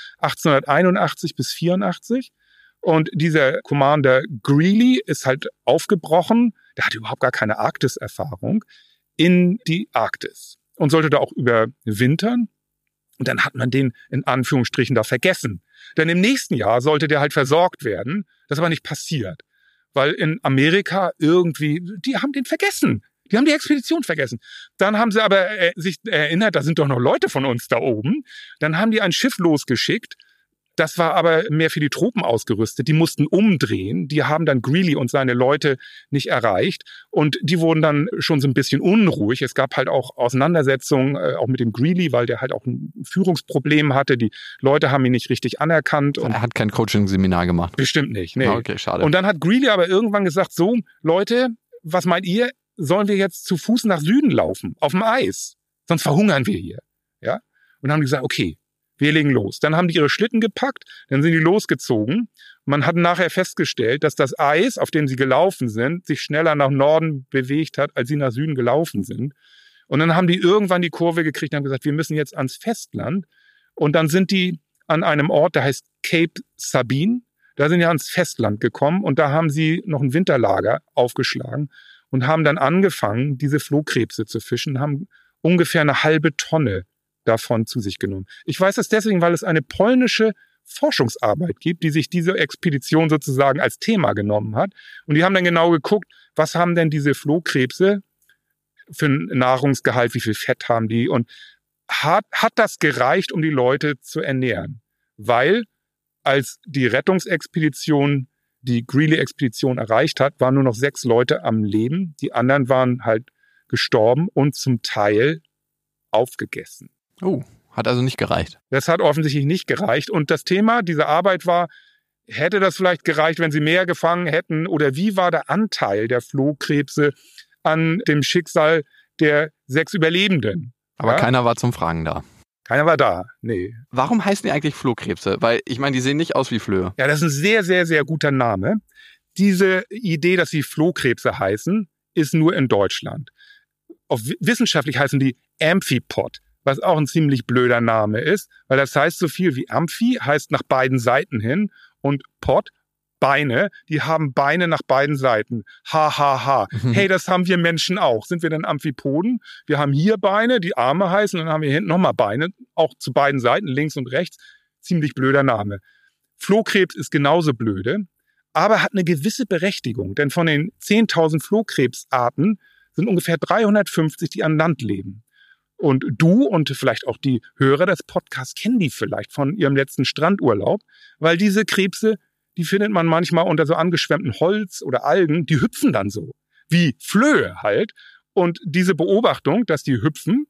1881 bis 84. Und dieser Commander Greely ist halt aufgebrochen, der hatte überhaupt gar keine Arktis-Erfahrung, in die Arktis und sollte da auch überwintern. Und dann hat man den in Anführungsstrichen da vergessen. Denn im nächsten Jahr sollte der halt versorgt werden. Das ist aber nicht passiert. Weil in Amerika irgendwie, die haben den vergessen. Die haben die Expedition vergessen. Dann haben sie aber sich erinnert, da sind doch noch Leute von uns da oben. Dann haben die ein Schiff losgeschickt. Das war aber mehr für die Tropen ausgerüstet. Die mussten umdrehen. Die haben dann Greely und seine Leute nicht erreicht. Und die wurden dann schon so ein bisschen unruhig. Es gab halt auch Auseinandersetzungen, auch mit dem Greely, weil der halt auch ein Führungsproblem hatte. Die Leute haben ihn nicht richtig anerkannt. Und er hat kein Coaching-Seminar gemacht. Bestimmt nicht, nee. Okay, schade. Und dann hat Greely aber irgendwann gesagt, so, Leute, was meint ihr? Sollen wir jetzt zu Fuß nach Süden laufen, auf dem Eis? Sonst verhungern wir hier. Ja? Und dann haben die gesagt, okay, wir legen los. Dann haben die ihre Schlitten gepackt, dann sind die losgezogen. Man hat nachher festgestellt, dass das Eis, auf dem sie gelaufen sind, sich schneller nach Norden bewegt hat, als sie nach Süden gelaufen sind. Und dann haben die irgendwann die Kurve gekriegt und haben gesagt, wir müssen jetzt ans Festland. Und dann sind die an einem Ort, der heißt Cape Sabine. Da sind die ans Festland gekommen und da haben sie noch ein Winterlager aufgeschlagen und haben dann angefangen, diese Flohkrebse zu fischen, haben ungefähr eine halbe Tonne davon zu sich genommen. Ich weiß das deswegen, weil es eine polnische Forschungsarbeit gibt, die sich diese Expedition sozusagen als Thema genommen hat. Und die haben dann genau geguckt, was haben denn diese Flohkrebse für einen Nahrungsgehalt, wie viel Fett haben die und hat das gereicht, um die Leute zu ernähren? Weil als die Rettungsexpedition die Greely-Expedition erreicht hat, waren nur noch 6 Leute am Leben. Die anderen waren halt gestorben und zum Teil aufgegessen. Oh, hat also nicht gereicht. Das hat offensichtlich nicht gereicht. Und das Thema dieser Arbeit war, hätte das vielleicht gereicht, wenn sie mehr gefangen hätten? Oder wie war der Anteil der Flohkrebse an dem Schicksal der 6 Überlebenden? Aber keiner war zum Fragen da. Keiner war da, nee. Warum heißen die eigentlich Flohkrebse? Weil, ich meine, die sehen nicht aus wie Flöhe. Ja, das ist ein sehr, sehr, sehr guter Name. Diese Idee, dass sie Flohkrebse heißen, ist nur in Deutschland. Wissenschaftlich heißen die Amphipod, was auch ein ziemlich blöder Name ist, weil das heißt so viel wie Amphi, heißt nach beiden Seiten hin und Pod, Beine, die haben Beine nach beiden Seiten. Ha, ha, ha. Hey, das haben wir Menschen auch. Sind wir denn Amphipoden? Wir haben hier Beine, die Arme heißen, und dann haben wir hinten nochmal Beine, auch zu beiden Seiten, links und rechts. Ziemlich blöder Name. Flohkrebs ist genauso blöde, aber hat eine gewisse Berechtigung, denn von den 10.000 Flohkrebsarten sind ungefähr 350, die an Land leben. Und du und vielleicht auch die Hörer des Podcasts kennen die vielleicht von ihrem letzten Strandurlaub, weil diese Krebse, die findet man manchmal unter so angeschwemmtem Holz oder Algen, die hüpfen dann so, wie Flöhe halt. Und diese Beobachtung, dass die hüpfen,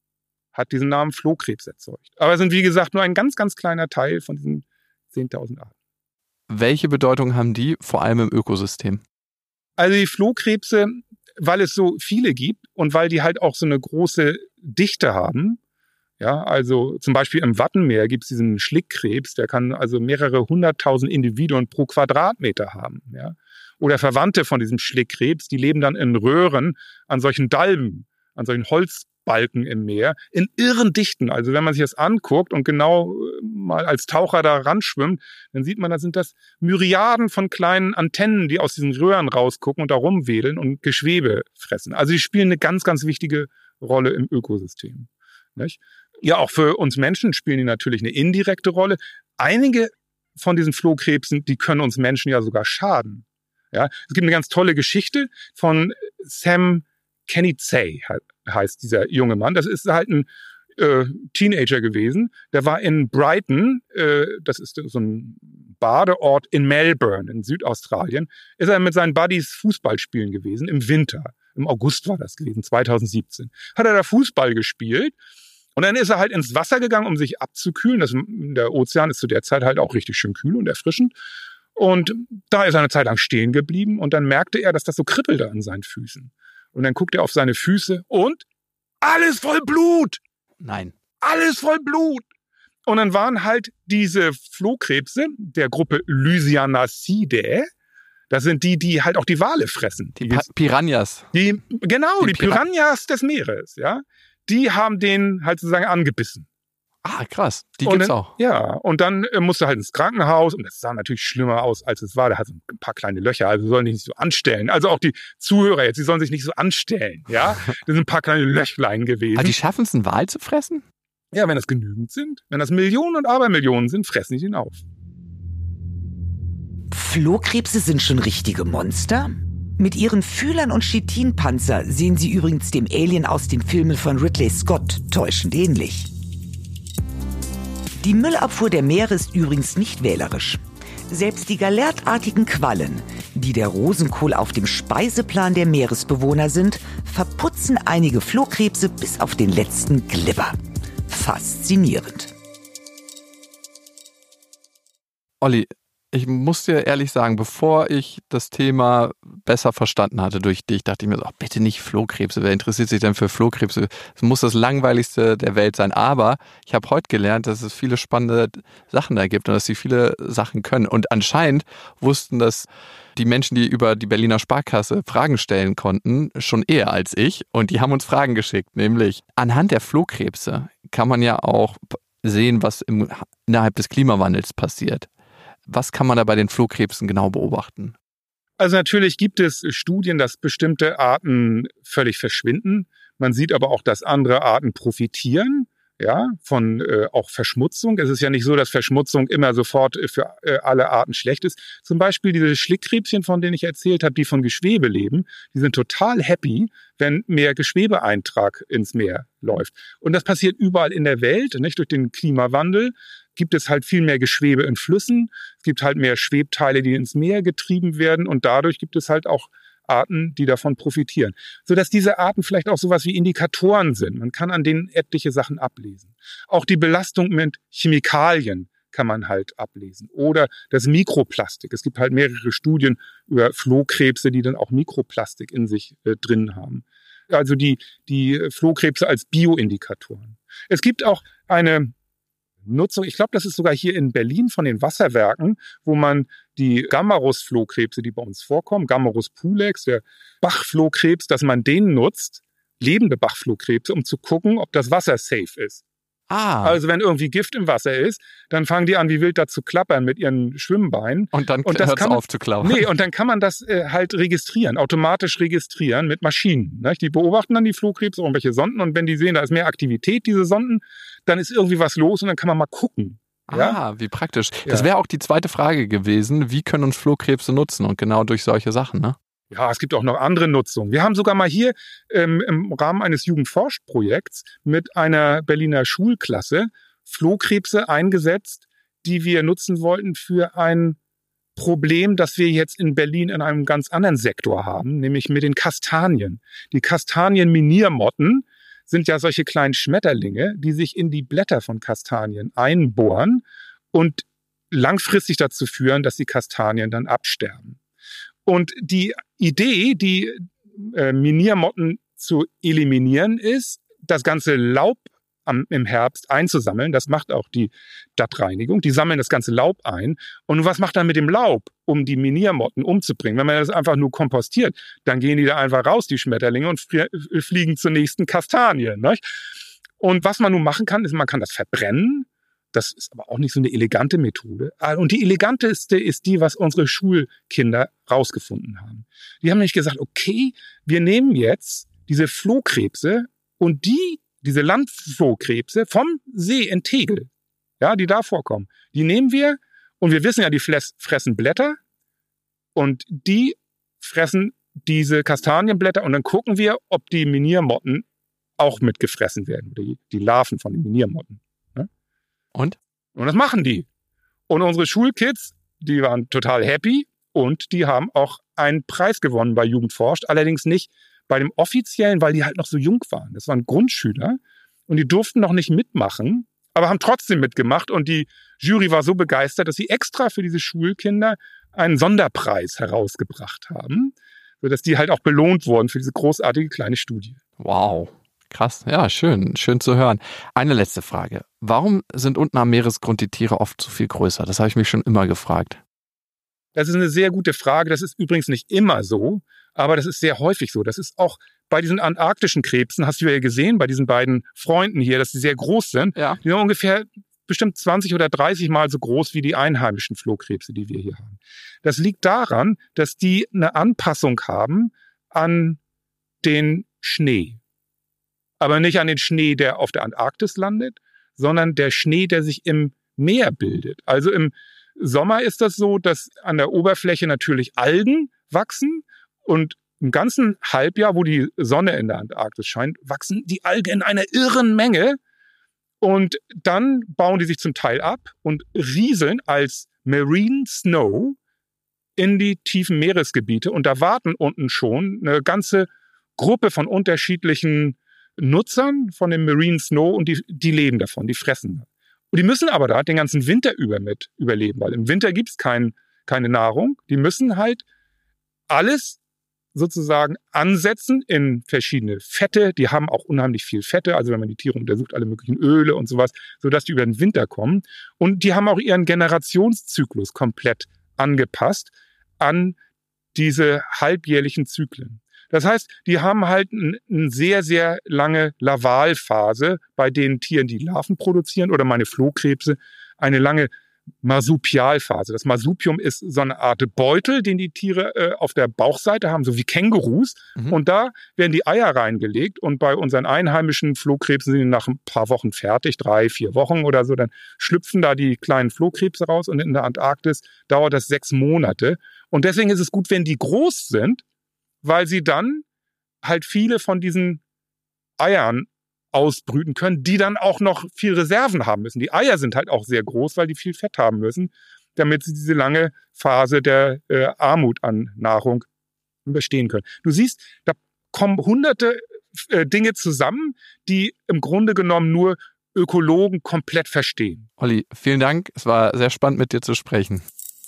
hat diesen Namen Flohkrebs erzeugt. Aber es sind, wie gesagt, nur ein ganz, ganz kleiner Teil von diesen 10.000 Arten. Welche Bedeutung haben die vor allem im Ökosystem? Also die Flohkrebse, weil es so viele gibt und weil die halt auch so eine große Dichte haben. Ja, also zum Beispiel im Wattenmeer gibt es diesen Schlickkrebs, der kann also mehrere 100.000 Individuen pro Quadratmeter haben. Ja. Oder Verwandte von diesem Schlickkrebs, die leben dann in Röhren an solchen Dalben, an solchen Holzbalken im Meer, in irren Dichten. Also wenn man sich das anguckt und genau mal als Taucher da ranschwimmt, dann sieht man, da sind das Myriaden von kleinen Antennen, die aus diesen Röhren rausgucken und da rumwedeln und Geschwebe fressen. Also die spielen eine ganz, ganz wichtige Rolle im Ökosystem. Nicht? Ja, auch für uns Menschen spielen die natürlich eine indirekte Rolle. Einige von diesen Flohkrebsen, die können uns Menschen ja sogar schaden. Ja, es gibt eine ganz tolle Geschichte von Sam Kenizay, heißt dieser junge Mann. Das ist halt ein Teenager gewesen. Der war in Brighton, das ist so ein Badeort in Melbourne in Südaustralien, ist er mit seinen Buddies Fußball spielen gewesen im Winter. Im August war das gewesen, 2017. Hat er da Fußball gespielt und dann ist er halt ins Wasser gegangen, um sich abzukühlen. Der Ozean ist zu der Zeit halt auch richtig schön kühl und erfrischend. Und da ist er eine Zeit lang stehen geblieben und dann merkte er, dass das so kribbelte an seinen Füßen. Und dann guckt er auf seine Füße und alles voll Blut! Nein. Alles voll Blut! Und dann waren halt diese Flohkrebse der Gruppe Lysianacidae. Das sind die halt auch die Wale fressen. Die Piranhas. Die Piranhas des Meeres, ja. Die haben den halt sozusagen angebissen. Ah, krass. Die gibt's dann, auch. Ja, und dann musste er halt ins Krankenhaus und das sah natürlich schlimmer aus, als es war. Der hat so ein paar kleine Löcher, also sollen sich nicht so anstellen. Also auch die Zuhörer jetzt, die sollen sich nicht so anstellen, ja. Das sind ein paar kleine Löchlein gewesen. Aber die schaffen es, einen Wal zu fressen? Ja, wenn das genügend sind. Wenn das Millionen und Abermillionen sind, fressen die den auf. Flohkrebse sind schon richtige Monster? Mit ihren Fühlern und Chitinpanzer sehen sie übrigens dem Alien aus den Filmen von Ridley Scott täuschend ähnlich. Die Müllabfuhr der Meere ist übrigens nicht wählerisch. Selbst die galertartigen Quallen, die der Rosenkohl auf dem Speiseplan der Meeresbewohner sind, verputzen einige Flohkrebse bis auf den letzten Glibber. Faszinierend. Olli, ich muss dir ehrlich sagen, bevor ich das Thema besser verstanden hatte durch dich, dachte ich mir so, ach, bitte nicht Flohkrebse. Wer interessiert sich denn für Flohkrebse? Es muss das Langweiligste der Welt sein. Aber ich habe heute gelernt, dass es viele spannende Sachen da gibt und dass sie viele Sachen können. Und anscheinend wussten das die Menschen, die über die Berliner Sparkasse Fragen stellen konnten, schon eher als ich. Und die haben uns Fragen geschickt, nämlich anhand der Flohkrebse kann man ja auch sehen, was innerhalb des Klimawandels passiert. Was kann man da bei den Flohkrebsen genau beobachten? Also natürlich gibt es Studien, dass bestimmte Arten völlig verschwinden. Man sieht aber auch, dass andere Arten profitieren, ja, von auch Verschmutzung. Es ist ja nicht so, dass Verschmutzung immer sofort für alle Arten schlecht ist. Zum Beispiel diese Schlickkrebschen, von denen ich erzählt habe, die von Geschwebe leben, die sind total happy, wenn mehr Geschwebeeintrag ins Meer läuft. Und das passiert überall in der Welt, nicht? Durch den Klimawandel gibt es halt viel mehr Geschwebe in Flüssen. Es gibt halt mehr Schwebteile, die ins Meer getrieben werden. Und dadurch gibt es halt auch Arten, die davon profitieren. Sodass diese Arten vielleicht auch sowas wie Indikatoren sind. Man kann an denen etliche Sachen ablesen. Auch die Belastung mit Chemikalien kann man halt ablesen. Oder das Mikroplastik. Es gibt halt mehrere Studien über Flohkrebse, die dann auch Mikroplastik in sich drin haben. Also die Flohkrebse als Bioindikatoren. Es gibt auch eine Nutzung, ich glaube, das ist sogar hier in Berlin von den Wasserwerken, wo man die Gammarus-Flohkrebse, die bei uns vorkommen, Gammarus pulex, der Bachflohkrebs, dass man den nutzt, lebende Bachflohkrebse, um zu gucken, ob das Wasser safe ist. Ah. Also wenn irgendwie Gift im Wasser ist, dann fangen die an, wie wild da zu klappern mit ihren Schwimmbeinen. Und dann hört es auf zu klappern. Nee, und dann kann man das halt registrieren, automatisch registrieren mit Maschinen. Ne? Die beobachten dann die Flohkrebse, irgendwelche Sonden, und wenn die sehen, da ist mehr Aktivität, diese Sonden, dann ist irgendwie was los und dann kann man mal gucken. Ja? Wie praktisch. Das wäre auch die zweite Frage gewesen. Wie können uns Flohkrebse nutzen? Und genau durch solche Sachen, ne? Ja, es gibt auch noch andere Nutzungen. Wir haben sogar mal hier im Rahmen eines Jugendforscht-Projekts mit einer Berliner Schulklasse Flohkrebse eingesetzt, die wir nutzen wollten für ein Problem, das wir jetzt in Berlin in einem ganz anderen Sektor haben, nämlich mit den Kastanien. Die Kastanienminiermotten sind ja solche kleinen Schmetterlinge, die sich in die Blätter von Kastanien einbohren und langfristig dazu führen, dass die Kastanien dann absterben. Und die Idee, die Miniermotten zu eliminieren, ist, das ganze Laub im Herbst einzusammeln. Das macht auch die Stadtreinigung. Die sammeln das ganze Laub ein. Und was macht man mit dem Laub, um die Miniermotten umzubringen? Wenn man das einfach nur kompostiert, dann gehen die da einfach raus, die Schmetterlinge, und fliegen zur nächsten Kastanie. Nicht? Und was man nun machen kann, ist, man kann das verbrennen. Das ist aber auch nicht so eine elegante Methode. Und die eleganteste ist die, was unsere Schulkinder rausgefunden haben. Die haben nämlich gesagt, okay, wir nehmen jetzt diese Flohkrebse und diese Landflohkrebse vom See in Tegel, ja, die da vorkommen, die nehmen wir, und wir wissen ja, die fressen Blätter, und die fressen diese Kastanienblätter, und dann gucken wir, ob die Miniermotten auch mitgefressen werden, die Larven von den Miniermotten. Ne? Und das machen die. Und unsere Schulkids, die waren total happy und die haben auch einen Preis gewonnen bei Jugend forscht, allerdings nicht bei dem offiziellen, weil die halt noch so jung waren. Das waren Grundschüler und die durften noch nicht mitmachen, aber haben trotzdem mitgemacht und die Jury war so begeistert, dass sie extra für diese Schulkinder einen Sonderpreis herausgebracht haben, sodass die halt auch belohnt wurden für diese großartige kleine Studie. wow, krass. Ja, schön zu hören. Eine letzte Frage. Warum sind unten am Meeresgrund die Tiere oft so viel größer? Das habe ich mich schon immer gefragt. Das ist eine sehr gute Frage. Das ist übrigens nicht immer so, aber das ist sehr häufig so. Das ist auch bei diesen antarktischen Krebsen, hast du ja gesehen, bei diesen beiden Freunden hier, dass sie sehr groß sind. Ja. Die sind ungefähr bestimmt 20 oder 30 Mal so groß wie die einheimischen Flohkrebse, die wir hier haben. Das liegt daran, dass die eine Anpassung haben an den Schnee. Aber nicht an den Schnee, der auf der Antarktis landet, sondern der Schnee, der sich im Meer bildet. Also im Sommer ist das so, dass an der Oberfläche natürlich Algen wachsen und im ganzen Halbjahr, wo die Sonne in der Antarktis scheint, wachsen die Algen in einer irren Menge und dann bauen die sich zum Teil ab und rieseln als Marine Snow in die tiefen Meeresgebiete und da warten unten schon eine ganze Gruppe von unterschiedlichen Nutzern von dem Marine Snow und die leben davon, die fressen. Und die müssen aber da den ganzen Winter über mit überleben, weil im Winter gibt's keine Nahrung. Die müssen halt alles sozusagen ansetzen in verschiedene Fette. Die haben auch unheimlich viel Fette. Also wenn man die Tiere untersucht, alle möglichen Öle und sowas, sodass die über den Winter kommen. Und die haben auch ihren Generationszyklus komplett angepasst an diese halbjährlichen Zyklen. Das heißt, die haben halt eine sehr, sehr lange Lavalphase bei den Tieren, die Larven produzieren oder meine Flohkrebse, eine lange Marsupialphase. Das Marsupium ist so eine Art Beutel, den die Tiere auf der Bauchseite haben, so wie Kängurus. Mhm. Und da werden die Eier reingelegt und bei unseren einheimischen Flohkrebsen sind die nach ein paar Wochen fertig, 3-4 Wochen oder so, dann schlüpfen da die kleinen Flohkrebse raus und in der Antarktis dauert das 6 Monate. Und deswegen ist es gut, wenn die groß sind, weil sie dann halt viele von diesen Eiern ausbrüten können, die dann auch noch viel Reserven haben müssen. Die Eier sind halt auch sehr groß, weil die viel Fett haben müssen, damit sie diese lange Phase der Armut an Nahrung überstehen können. Du siehst, da kommen hunderte Dinge zusammen, die im Grunde genommen nur Ökologen komplett verstehen. Olli, vielen Dank. Es war sehr spannend, mit dir zu sprechen.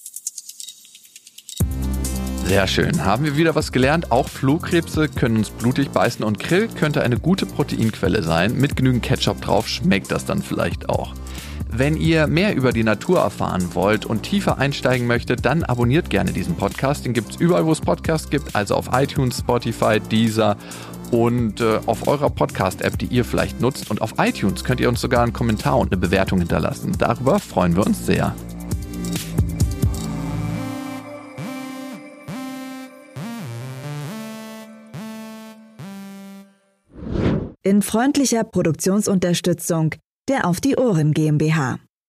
Sehr schön. Haben wir wieder was gelernt? Auch Flohkrebse können uns blutig beißen und Krill könnte eine gute Proteinquelle sein. Mit genügend Ketchup drauf schmeckt das dann vielleicht auch. Wenn ihr mehr über die Natur erfahren wollt und tiefer einsteigen möchtet, dann abonniert gerne diesen Podcast. Den gibt es überall, wo es Podcasts gibt, also auf iTunes, Spotify, Deezer und auf eurer Podcast-App, die ihr vielleicht nutzt. Und auf iTunes könnt ihr uns sogar einen Kommentar und eine Bewertung hinterlassen. Darüber freuen wir uns sehr. In freundlicher Produktionsunterstützung der Auf die Ohren GmbH.